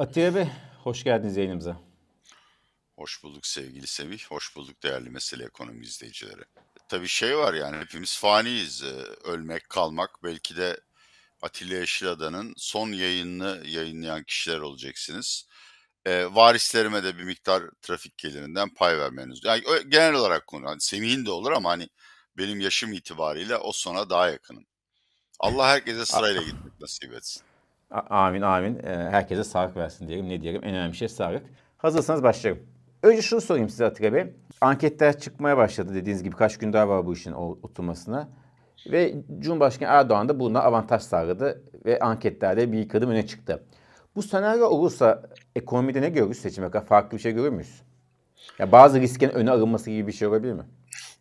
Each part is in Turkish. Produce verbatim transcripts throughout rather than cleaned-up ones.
Atiye Bey, hoş geldiniz yayınımıza. Hoş bulduk sevgili Semih, hoş bulduk değerli Mesele Ekonomi izleyicileri. Tabii şey var yani hepimiz faniyiz. Ee, Ölmek, kalmak. Belki de Atilla Yeşilada'nın son yayınını yayınlayan kişiler olacaksınız. Ee, varislerime de bir miktar trafik gelirinden pay vermeniz. Yani ö- genel olarak konu. Hani Semih'in de olur ama hani benim yaşım itibariyle o sona daha yakınım. Allah herkese A- sırayla gitmek nasip etsin. a- amin amin. Ee, herkese sağlık versin diyelim. Ne diyelim? En önemli şey sağlık. Hazırsanız başlayalım. Önce şunu sorayım size Atiye Bey. Anketler çıkmaya başladı dediğiniz gibi kaç gün daha var bu işin o- oturmasına. Ve Cumhurbaşkanı Erdoğan da buna avantaj sağladı ve anketlerde bir ilk adım öne çıktı. Bu senaryo olursa ekonomide ne görürüz seçime kadar? Farklı bir şey görür müyüz? Ya bazı riskin öne alınması gibi bir şey olabilir mi?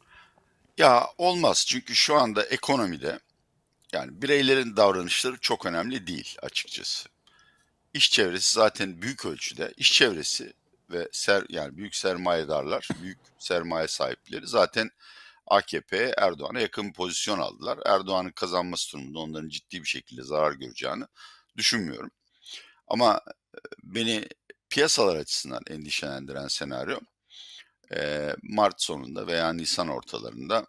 Ya olmaz çünkü şu anda ekonomide yani bireylerin davranışları çok önemli değil açıkçası. İş çevresi zaten büyük ölçüde iş çevresi ve ser, yani büyük sermayedarlar, büyük sermaye sahipleri zaten A K P'ye, Erdoğan'a yakın bir pozisyon aldılar. Erdoğan'ın kazanması durumunda onların ciddi bir şekilde zarar göreceğini düşünmüyorum. Ama beni piyasalar açısından endişelendiren senaryo e, Mart sonunda veya Nisan ortalarında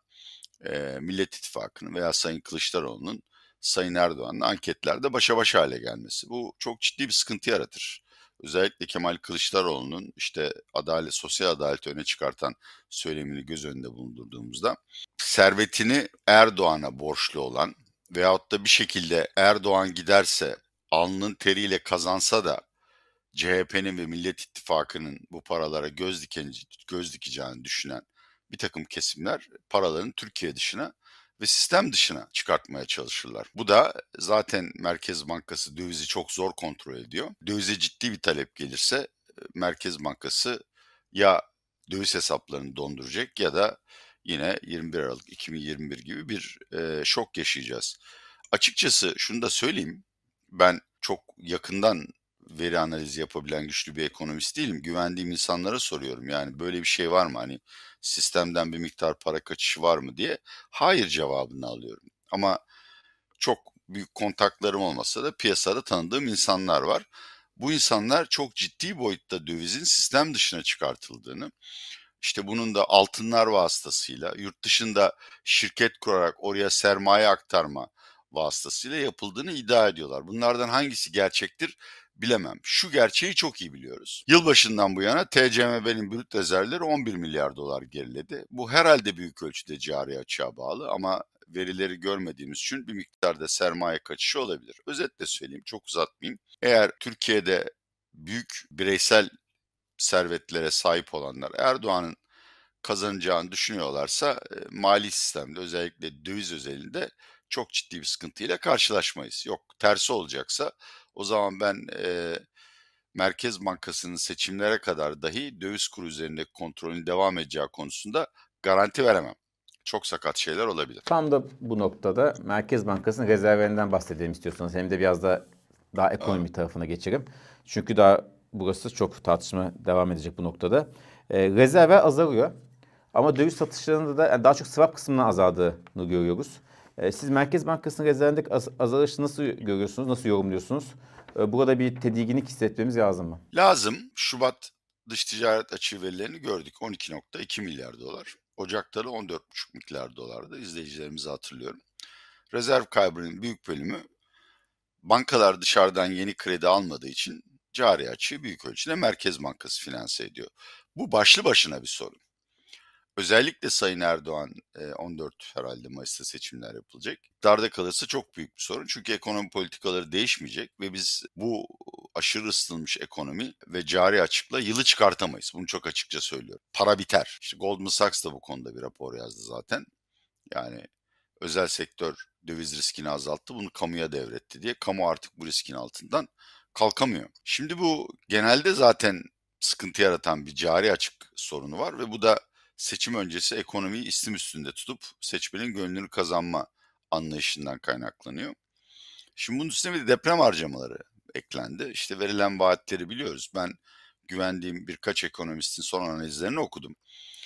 e, Millet İttifakı'nın veya Sayın Kılıçdaroğlu'nun Sayın Erdoğan'ın anketlerde başa baş hale gelmesi. Bu çok ciddi bir sıkıntı yaratır. Özellikle Kemal Kılıçdaroğlu'nun işte adalet, sosyal adaleti öne çıkartan söylemini göz önünde bulundurduğumuzda servetini Erdoğan'a borçlu olan veyahut da bir şekilde Erdoğan giderse alnının teriyle kazansa da C H P'nin ve Millet İttifakı'nın bu paralara göz, diken, göz dikeceğini düşünen bir takım kesimler paralarını Türkiye dışına ve sistem dışına çıkartmaya çalışırlar. Bu da zaten Merkez Bankası dövizi çok zor kontrol ediyor. Dövize ciddi bir talep gelirse e, Merkez Bankası ya döviz hesaplarını donduracak ya da yine yirmi bir Aralık iki bin yirmi bir gibi bir e, şok yaşayacağız. Açıkçası şunu da söyleyeyim. Ben çok yakından veri analizi yapabilen güçlü bir ekonomist değilim. Güvendiğim insanlara soruyorum. Yani böyle bir şey var mı? Hani sistemden bir miktar para kaçışı var mı diye. Hayır cevabını alıyorum. Ama çok büyük kontaklarım olmasa da piyasada tanıdığım insanlar var. Bu insanlar çok ciddi boyutta dövizin sistem dışına çıkartıldığını, işte bunun da altınlar vasıtasıyla yurt dışında şirket kurarak oraya sermaye aktarma vasıtasıyla yapıldığını iddia ediyorlar. Bunlardan hangisi gerçektir bilemem. Şu gerçeği çok iyi biliyoruz. Yılbaşından bu yana T C M B'nin brüt rezervleri on bir milyar dolar geriledi. Bu herhalde büyük ölçüde cari açığa bağlı ama verileri görmediğimiz için bir miktarda sermaye kaçışı olabilir. Özetle söyleyeyim, çok uzatmayayım. Eğer Türkiye'de büyük bireysel servetlere sahip olanlar Erdoğan'ın kazanacağını düşünüyorlarsa e, mali sistemde özellikle döviz özelinde çok ciddi bir sıkıntıyla karşılaşmayız. Yok tersi olacaksa o zaman ben e, Merkez Bankası'nın seçimlere kadar dahi döviz kuru üzerindeki kontrolün devam edeceği konusunda garanti veremem. Çok sakat şeyler olabilir. Tam da bu noktada Merkez Bankası'nın rezervlerinden bahsedelim istiyorsanız. Hem de biraz da daha Doğru. ekonomi tarafına geçelim. Çünkü daha burası çok tartışma devam edecek bu noktada. Ee, rezervler azalıyor. Ama döviz satışlarında da yani daha çok swap kısmından azaldığını görüyoruz. Ee, siz Merkez Bankası'nın rezervindeki az, azalışı nasıl görüyorsunuz, nasıl yorumluyorsunuz? Ee, burada bir tedirginlik hissetmemiz lazım mı? Lazım. Şubat dış ticaret açığı verilerini gördük. on iki nokta iki milyar dolar. Ocak'ta da on dört buçuk milyar dolardı. İzleyicilerimizi hatırlıyorum. Rezerv kaybının büyük bölümü bankalar dışarıdan yeni kredi almadığı için cari açığı büyük ölçüde Merkez Bankası finanse ediyor. Bu başlı başına bir sorun. Özellikle Sayın Erdoğan e, on dört herhalde Mayıs'ta seçimler yapılacak. İktidarda kalırsa çok büyük bir sorun. Çünkü ekonomi politikaları değişmeyecek ve biz bu aşırı ısıtılmış ekonomi ve cari açıkla yılı çıkartamayız. Bunu çok açıkça söylüyorum. Para biter. İşte Goldman Sachs da bu konuda bir rapor yazdı zaten. Yani özel sektör döviz riskini azalttı, bunu kamuya devretti diye. Kamu artık bu riskin altından kalkamıyor. Şimdi bu genelde zaten sıkıntı yaratan bir cari açık sorunu var ve bu da seçim öncesi ekonomiyi istim üstünde tutup seçmenin gönlünü kazanma anlayışından kaynaklanıyor. Şimdi bunun üstüne bir de deprem harcamaları eklendi. İşte verilen vaatleri biliyoruz. Ben güvendiğim birkaç ekonomistin son analizlerini okudum.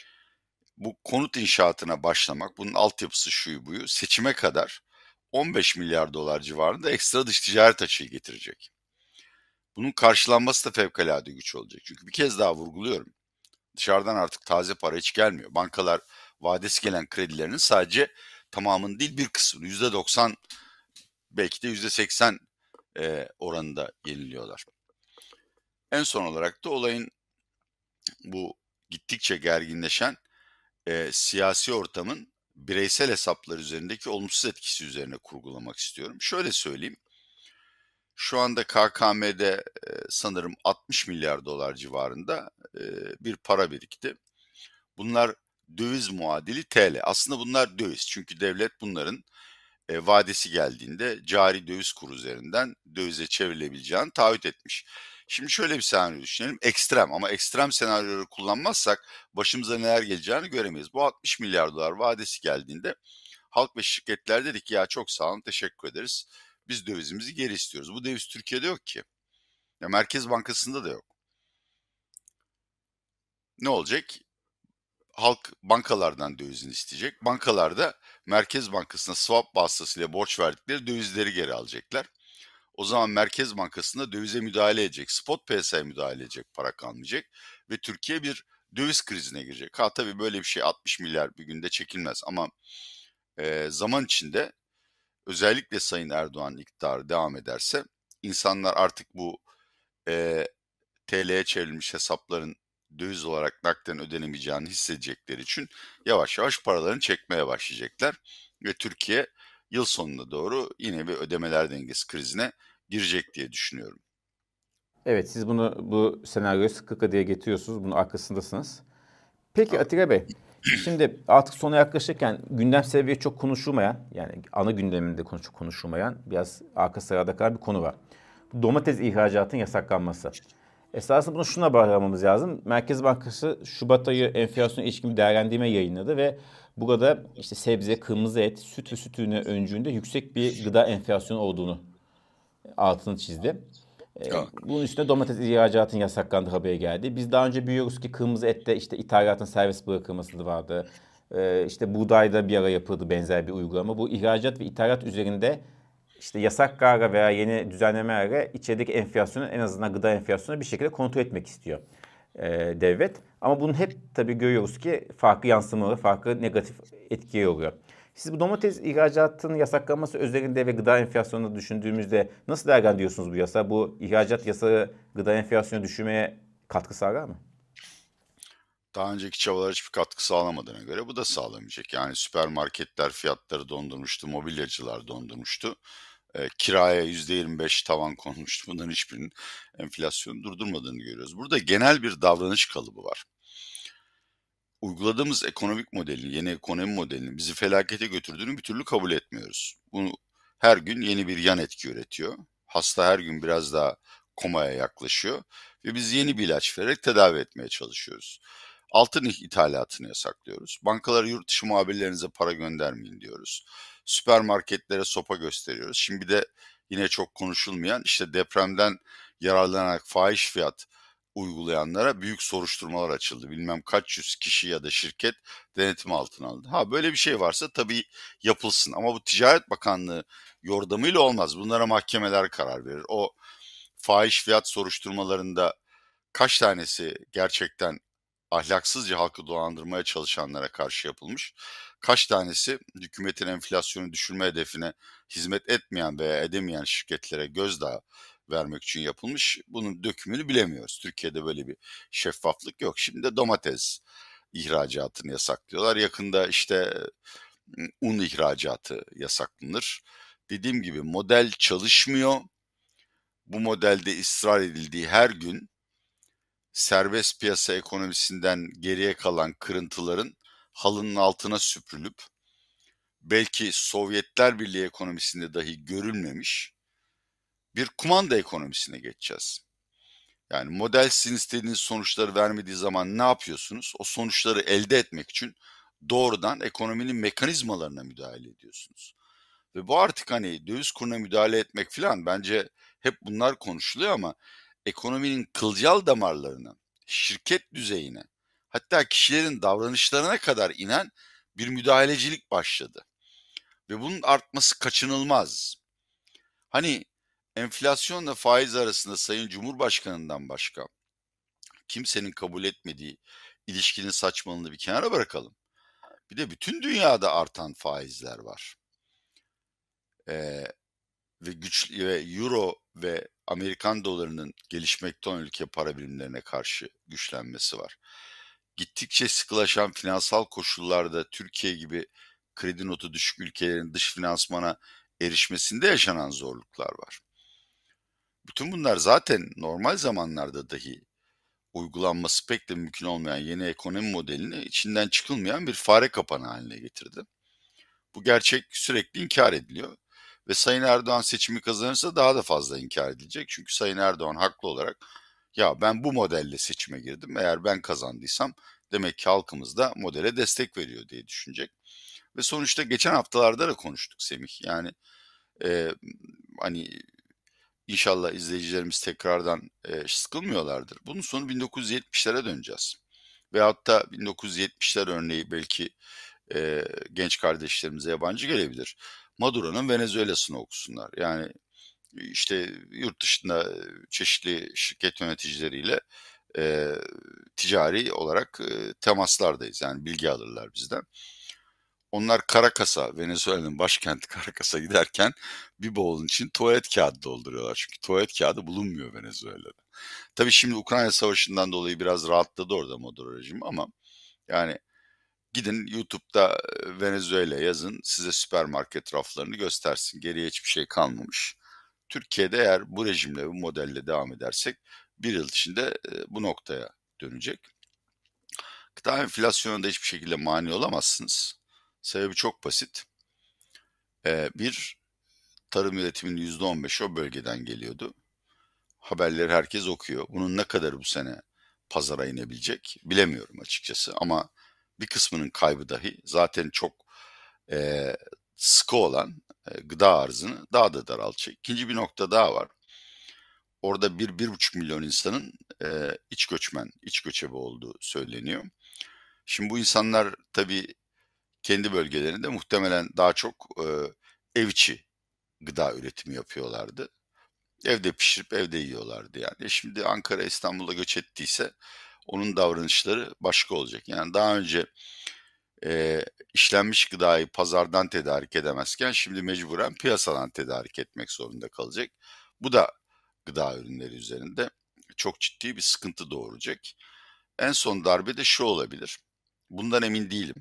Bu konut inşaatına başlamak, bunun altyapısı şuyu buyu, seçime kadar on beş milyar dolar civarında ekstra dış ticaret açığı getirecek. Bunun karşılanması da fevkalade güç olacak. Çünkü bir kez daha vurguluyorum. Dışarıdan artık taze para hiç gelmiyor. Bankalar vadesi gelen kredilerinin sadece tamamını değil bir kısmını yüzde doksan belki de yüzde seksen e, oranında yeniliyorlar. En son olarak da olayın bu gittikçe gerginleşen e, siyasi ortamın bireysel hesaplar üzerindeki olumsuz etkisi üzerine kurgulamak istiyorum. Şöyle söyleyeyim. Şu anda K K M'de e, sanırım altmış milyar dolar civarında e, bir para birikti. Bunlar döviz muadili T L. Aslında bunlar döviz. Çünkü devlet bunların e, vadesi geldiğinde cari döviz kuru üzerinden dövize çevrilebileceğini taahhüt etmiş. Şimdi şöyle bir senaryo düşünelim. Ekstrem ama ekstrem senaryoları kullanmazsak başımıza neler geleceğini göremeyiz. Bu altmış milyar dolar vadesi geldiğinde halk ve şirketler dedik ki ya çok sağ olun teşekkür ederiz. Biz dövizimizi geri istiyoruz. Bu döviz Türkiye'de yok ki. Ya Merkez Bankası'nda da yok. Ne olacak? Halk bankalardan dövizini isteyecek. Bankalar da Merkez Bankası'na swap vasıtasıyla borç verdikleri dövizleri geri alacaklar. O zaman Merkez Bankası'nda dövize müdahale edecek, spot piyasaya müdahale edecek para kalmayacak ve Türkiye bir döviz krizine girecek. Ha tabii böyle bir şey altmış milyar bir günde çekilmez ama e, zaman içinde özellikle Sayın Erdoğan iktidarı devam ederse insanlar artık bu e, T L'ye çevrilmiş hesapların döviz olarak nakden ödenemeyeceğini hissedecekleri için yavaş yavaş paralarını çekmeye başlayacaklar. Ve Türkiye yıl sonuna doğru yine bir ödemeler dengesi krizine girecek diye düşünüyorum. Evet, siz bunu bu senaryoyu sıklıkla diye getiriyorsunuz. Bunun arkasındasınız. Peki Evet. Atilla Bey, şimdi artık sona yaklaşırken gündem seviye çok konuşulmayan, yani ana gündeminde konuş konuşulmayan biraz arka sırada kalan bir konu var. Domates ihracatının yasaklanması. Esasında bunu şuna bağlamamız lazım. Merkez Bankası Şubat ayı enflasyona ilişkin bir değerlendirme yayınladı ve burada işte sebze, kırmızı et, süt ve süt ürünü öncülüğünde yüksek bir gıda enflasyonu olduğunu altını çizdi. Ee, Evet. bunun üstüne domates ihracatının yasaklandığı haberi geldi. Biz daha önce biliyoruz ki kırmızı ette işte ithalatın serbest bırakılması da vardı. Ee, işte buğdayda bir ara yapıldı benzer bir uygulama. Bu ihracat ve ithalat üzerinde işte yasak kararı veya yeni düzenlemelerle içerideki enflasyonu en azından gıda enflasyonu bir şekilde kontrol etmek istiyor e, devlet. Ama bunun hep tabii görüyoruz ki farklı yansımaları, farklı negatif etkileri oluyor. Siz bu domates ihracatının yasaklanması özelinde ve gıda enflasyonunu düşündüğümüzde nasıl değerlendiriyorsunuz bu yasa? Bu ihracat yasağı gıda enflasyonu düşürmeye katkı sağlar mı? Daha önceki çabalar hiçbir katkı sağlamadığına göre bu da sağlamayacak. Yani süpermarketler fiyatları dondurmuştu, mobilyacılar dondurmuştu. E, kiraya yüzde yirmi beş tavan konmuştu. Bunların hiçbirinin enflasyonu durdurmadığını görüyoruz. Burada genel bir davranış kalıbı var. Uyguladığımız ekonomik modelin, yeni ekonomi modelinin bizi felakete götürdüğünü bir türlü kabul etmiyoruz. Bunu her gün yeni bir yan etki üretiyor. Hasta her gün biraz daha komaya yaklaşıyor ve biz yeni bir ilaç vererek tedavi etmeye çalışıyoruz. Altın ithalatını yasaklıyoruz. Bankalara yurt dışı muhabirlerinize para göndermeyin diyoruz. Süpermarketlere sopa gösteriyoruz. Şimdi bir de yine çok konuşulmayan işte depremden yararlanarak fahiş fiyat uygulayanlara büyük soruşturmalar açıldı. Bilmem kaç yüz kişi ya da şirket denetim altına alındı. Ha böyle bir şey varsa tabii yapılsın ama bu Ticaret Bakanlığı yordamıyla olmaz. Bunlara mahkemeler karar verir. O fahiş fiyat soruşturmalarında kaç tanesi gerçekten ahlaksızca halkı dolandırmaya çalışanlara karşı yapılmış? Kaç tanesi hükümetin enflasyonu düşürme hedefine hizmet etmeyen veya edemeyen şirketlere gözdağı vermek için yapılmış? Bunun dökümünü bilemiyoruz. Türkiye'de böyle bir şeffaflık yok. Şimdi de domates ihracatını yasaklıyorlar. Yakında işte un ihracatı yasaklanır. Dediğim gibi model çalışmıyor. Bu modelde ısrar edildiği her gün serbest piyasa ekonomisinden geriye kalan kırıntıların halının altına süpürülüp belki Sovyetler Birliği ekonomisinde dahi görülmemiş bir kumanda ekonomisine geçeceğiz. Yani model sizin istediğiniz sonuçları vermediği zaman ne yapıyorsunuz? O sonuçları elde etmek için doğrudan ekonominin mekanizmalarına müdahale ediyorsunuz. Ve bu artık hani döviz kuruna müdahale etmek falan bence hep bunlar konuşuluyor ama ekonominin kılcal damarlarına, şirket düzeyine, hatta kişilerin davranışlarına kadar inen bir müdahalecilik başladı. Ve bunun artması kaçınılmaz. Hani enflasyonla faiz arasında Sayın Cumhurbaşkanı'ndan başka kimsenin kabul etmediği ilişkinin saçmalığını bir kenara bırakalım. Bir de bütün dünyada artan faizler var. Ee, ve güç ve euro ve Amerikan dolarının gelişmekte olan ülke para birimlerine karşı güçlenmesi var. Gittikçe sıkılaşan finansal koşullarda Türkiye gibi kredi notu düşük ülkelerin dış finansmana erişmesinde yaşanan zorluklar var. Bütün bunlar zaten normal zamanlarda dahi uygulanması pek de mümkün olmayan yeni ekonomi modelini içinden çıkılmayan bir fare kapanı haline getirdi. Bu gerçek sürekli inkar ediliyor ve Sayın Erdoğan seçimi kazanırsa daha da fazla inkar edilecek. Çünkü Sayın Erdoğan haklı olarak ya ben bu modelle seçime girdim, eğer ben kazandıysam demek ki halkımız da modele destek veriyor diye düşünecek. Ve sonuçta geçen haftalarda da konuştuk Semih. Yani e, hani İnşallah izleyicilerimiz tekrardan e, sıkılmıyorlardır. Bunun sonu bin dokuz yüz yetmişlere döneceğiz. Veyahut da bin dokuz yüz yetmişler örneği belki e, genç kardeşlerimize yabancı gelebilir. Maduro'nun Venezuela'sını okusunlar. Yani işte yurt dışında çeşitli şirket yöneticileriyle e, ticari olarak e, temaslardayız. Yani bilgi alırlar bizden. Onlar Caracas'a, Venezuela'nın başkenti Caracas'a giderken bir bavulun için tuvalet kağıdı dolduruyorlar. Çünkü tuvalet kağıdı bulunmuyor Venezuela'da. Tabii şimdi Ukrayna Savaşı'ndan dolayı biraz rahatladı orada Maduro rejimi ama yani gidin YouTube'da e, Venezuela yazın, size süpermarket raflarını göstersin. Geriye hiçbir şey kalmamış. Türkiye'de eğer bu rejimle, bu modelle devam edersek bir yıl içinde e, bu noktaya dönecek. Gıda enflasyonunda hiçbir şekilde mani olamazsınız. Sebebi çok basit. Ee, bir, tarım üretiminin yüzde on beşi o bölgeden geliyordu. Haberleri herkes okuyor. Bunun ne kadarı bu sene pazara inebilecek bilemiyorum açıkçası. Ama bir kısmının kaybı dahi zaten çok e, sıkı olan e, gıda arzını daha da daraltacak. İkinci bir nokta daha var. Orada bir, bir buçuk milyon insanın e, iç göçmen, iç göçebe olduğu söyleniyor. Şimdi bu insanlar tabii kendi bölgelerinde muhtemelen daha çok e, ev içi gıda üretimi yapıyorlardı. Evde pişirip evde yiyorlardı yani. E şimdi Ankara İstanbul'a göç ettiyse onun davranışları başka olacak. Yani daha önce e, işlenmiş gıdayı pazardan tedarik edemezken şimdi mecburen piyasadan tedarik etmek zorunda kalacak. Bu da gıda ürünleri üzerinde çok ciddi bir sıkıntı doğuracak. En son darbe de şu olabilir. Bundan emin değilim.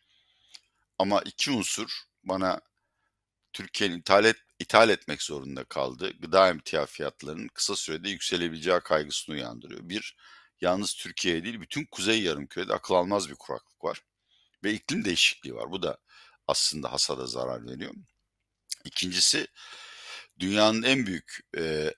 Ama iki unsur bana Türkiye'nin ithal, et, ithal etmek zorunda kaldığı gıda emtia fiyatlarının kısa sürede yükselebileceği kaygısını uyandırıyor. Bir, yalnız Türkiye değil bütün Kuzey Yarımküre'de akıl almaz bir kuraklık var. Ve iklim değişikliği var. Bu da aslında hasada zarar veriyor. İkincisi, dünyanın en büyük e,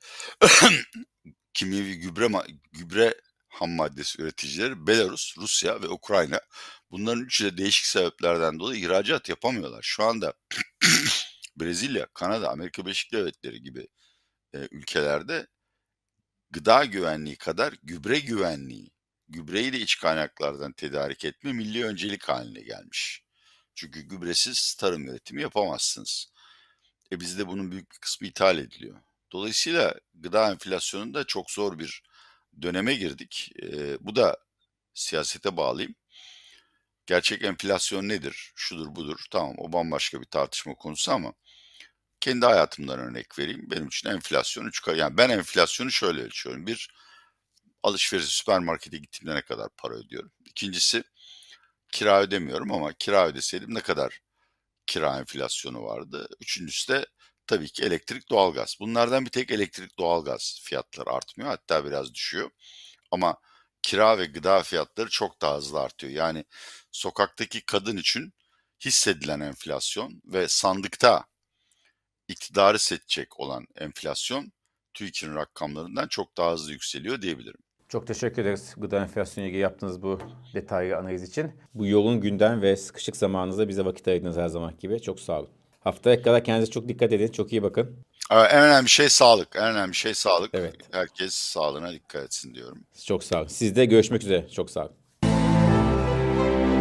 kimyevi gübre gübre ham maddesi üreticileri Belarus, Rusya ve Ukrayna. Bunların üçü de değişik sebeplerden dolayı ihracat yapamıyorlar. Şu anda Brezilya, Kanada, Amerika Birleşik Devletleri gibi e, ülkelerde gıda güvenliği kadar gübre güvenliği, gübreyi de iç kaynaklardan tedarik etme milli öncelik haline gelmiş. Çünkü gübresiz tarım üretimi yapamazsınız. E bizde bunun büyük bir kısmı ithal ediliyor. Dolayısıyla gıda enflasyonunda çok zor bir döneme girdik. E, bu da siyasete bağlıyım. Gerçek enflasyon nedir? Şudur budur. Tamam o bambaşka bir tartışma konusu ama kendi hayatımdan örnek vereyim. Benim için enflasyon üç kare. Yani ben enflasyonu şöyle ölçüyorum. Bir, alışveriş süpermarkete gittiğimde ne kadar para ödüyorum. İkincisi, kira ödemiyorum ama kira ödeseydim ne kadar kira enflasyonu vardı. Üçüncüsü de tabii ki elektrik, doğalgaz. Bunlardan bir tek elektrik, doğalgaz fiyatları artmıyor. Hatta biraz düşüyor. Ama kira ve gıda fiyatları çok daha hızlı artıyor. Yani sokaktaki kadın için hissedilen enflasyon ve sandıkta iktidarı seçecek olan enflasyon TÜİK'in rakamlarından çok daha hızlı yükseliyor diyebilirim. Çok teşekkür ederiz gıda enflasyonu ilgili yaptığınız bu detaylı analiz için. Bu yoğun gündem ve sıkışık zamanınızda bize vakit ayırdınız her zaman gibi. Çok sağ olun. Haftaya kadar kendinize çok dikkat edin. Çok iyi bakın. En önemli şey sağlık. En önemli şey sağlık. Evet. Herkes sağlığına dikkat etsin diyorum. Çok sağ olun. Siz de görüşmek üzere. Çok sağ olun.